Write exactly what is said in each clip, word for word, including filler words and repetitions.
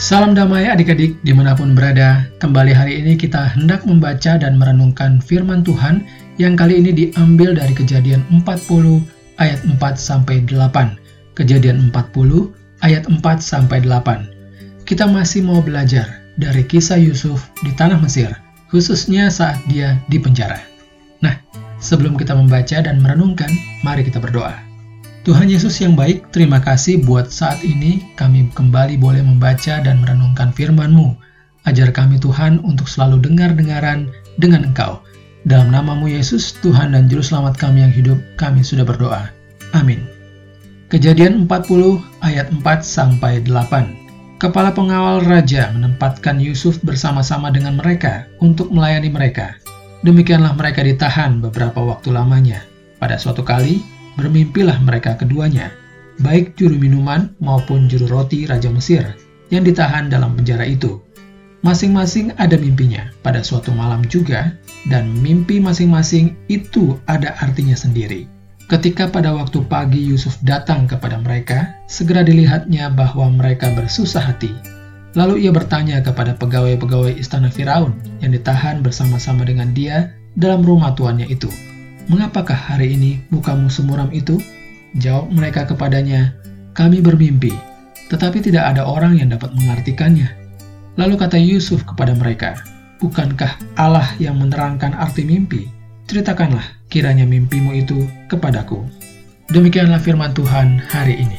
Salam damai adik-adik dimanapun berada. Kembali hari ini kita hendak membaca dan merenungkan firman Tuhan yang kali ini diambil dari Kejadian empat puluh ayat empat sampai delapan. Kejadian empat puluh ayat empat sampai delapan. Kita masih mau belajar dari kisah Yusuf di tanah Mesir, khususnya saat dia di penjara. Nah, sebelum kita membaca dan merenungkan, mari kita berdoa. Tuhan Yesus yang baik, terima kasih buat saat ini kami kembali boleh membaca dan merenungkan firman-Mu. Ajar kami Tuhan untuk selalu dengar-dengaran dengan Engkau. Dalam nama-Mu Yesus, Tuhan dan Juru Selamat kami yang hidup, kami sudah berdoa. Amin. Kejadian empat puluh ayat empat sampai delapan. Kepala pengawal raja menempatkan Yusuf bersama-sama dengan mereka untuk melayani mereka. Demikianlah mereka ditahan beberapa waktu lamanya. Pada suatu kali, bermimpilah mereka keduanya, baik juru minuman maupun juru roti Raja Mesir, yang ditahan dalam penjara itu. Masing-masing ada mimpinya pada suatu malam juga, dan mimpi masing-masing itu ada artinya sendiri. Ketika pada waktu pagi Yusuf datang kepada mereka, segera dilihatnya bahwa mereka bersusah hati. Lalu ia bertanya kepada pegawai-pegawai istana Firaun yang ditahan bersama-sama dengan dia dalam rumah tuannya itu, "Mengapakah hari ini mukamu semuram itu?" Jawab mereka kepadanya, "Kami bermimpi, tetapi tidak ada orang yang dapat mengartikannya." Lalu kata Yusuf kepada mereka, "Bukankah Allah yang menerangkan arti mimpi? Ceritakanlah kiranya mimpimu itu kepadaku." Demikianlah firman Tuhan hari ini.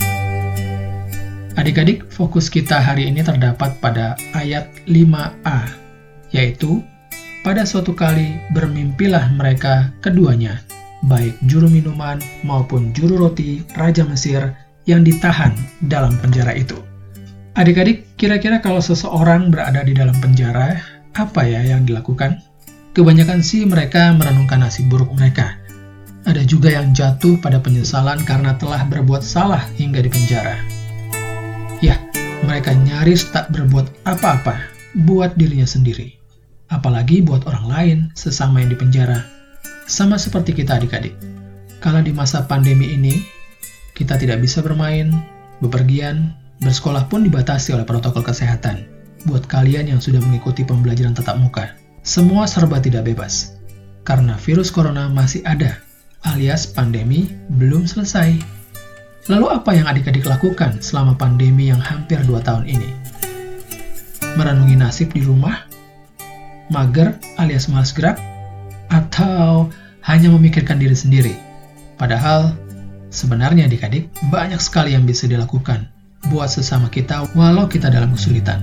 Adik-adik, fokus kita hari ini terdapat pada ayat lima a, yaitu pada suatu kali bermimpilah mereka keduanya, baik juru minuman maupun juru roti Raja Mesir yang ditahan dalam penjara itu. Adik-adik, kira-kira kalau seseorang berada di dalam penjara, apa ya yang dilakukan? Kebanyakan sih mereka merenungkan nasib buruk mereka. Ada juga yang jatuh pada penyesalan karena telah berbuat salah hingga di penjara. Ya, mereka nyaris tak berbuat apa-apa buat dirinya sendiri, apalagi buat orang lain sesama yang di penjara. Sama seperti kita adik-adik. Kalau di masa pandemi ini, kita tidak bisa bermain, bepergian, bersekolah pun dibatasi oleh protokol kesehatan. Buat kalian yang sudah mengikuti pembelajaran tatap muka, semua serba tidak bebas. Karena virus corona masih ada, alias pandemi belum selesai. Lalu apa yang adik-adik lakukan selama pandemi yang hampir dua tahun ini? Merenungi nasib di rumah? Mager alias malas gerak, atau hanya memikirkan diri sendiri? Padahal sebenarnya adik-adik banyak sekali yang bisa dilakukan buat sesama kita walau kita dalam kesulitan.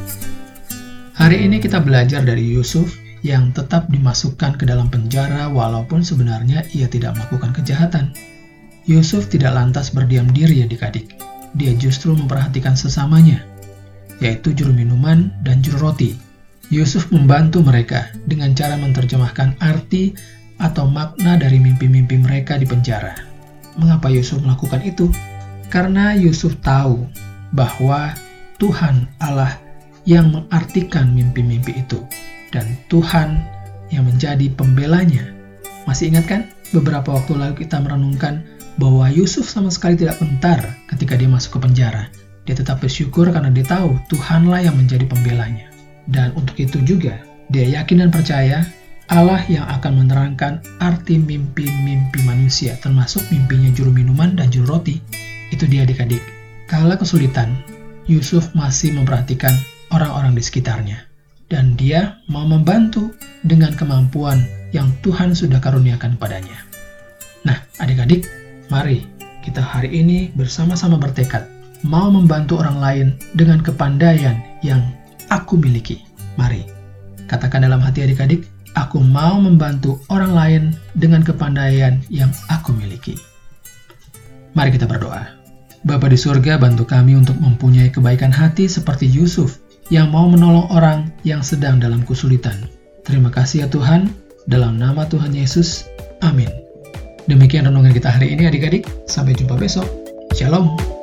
Hari ini kita belajar dari Yusuf yang tetap dimasukkan ke dalam penjara walaupun sebenarnya ia tidak melakukan kejahatan. Yusuf tidak lantas berdiam diri adik-adik. Dia justru memperhatikan sesamanya, yaitu juru minuman dan juru roti. Yusuf membantu mereka dengan cara menerjemahkan arti atau makna dari mimpi-mimpi mereka di penjara. Mengapa Yusuf melakukan itu? Karena Yusuf tahu bahwa Tuhan Allah yang mengartikan mimpi-mimpi itu, dan Tuhan yang menjadi pembelanya. Masih ingat kan? Beberapa waktu lalu kita merenungkan bahwa Yusuf sama sekali tidak gentar ketika dia masuk ke penjara. Dia tetap bersyukur karena dia tahu Tuhanlah yang menjadi pembelanya. Dan untuk itu juga, dia yakin dan percaya Allah yang akan menerangkan arti mimpi-mimpi manusia, termasuk mimpinya juru minuman dan juru roti. Itu dia adik-adik. Kala kesulitan, Yusuf masih memperhatikan orang-orang di sekitarnya. Dan dia mau membantu dengan kemampuan yang Tuhan sudah karuniakan padanya. Nah, adik-adik, mari kita hari ini bersama-sama bertekad mau membantu orang lain dengan kepandaian yang aku miliki. Mari, katakan dalam hati adik-adik, aku mau membantu orang lain dengan kepandaian yang aku miliki. Mari kita berdoa. Bapa di surga, bantu kami untuk mempunyai kebaikan hati seperti Yusuf yang mau menolong orang yang sedang dalam kesulitan. Terima kasih ya Tuhan, dalam nama Tuhan Yesus. Amin. Demikian renungan kita hari ini adik-adik. Sampai jumpa besok. Shalom.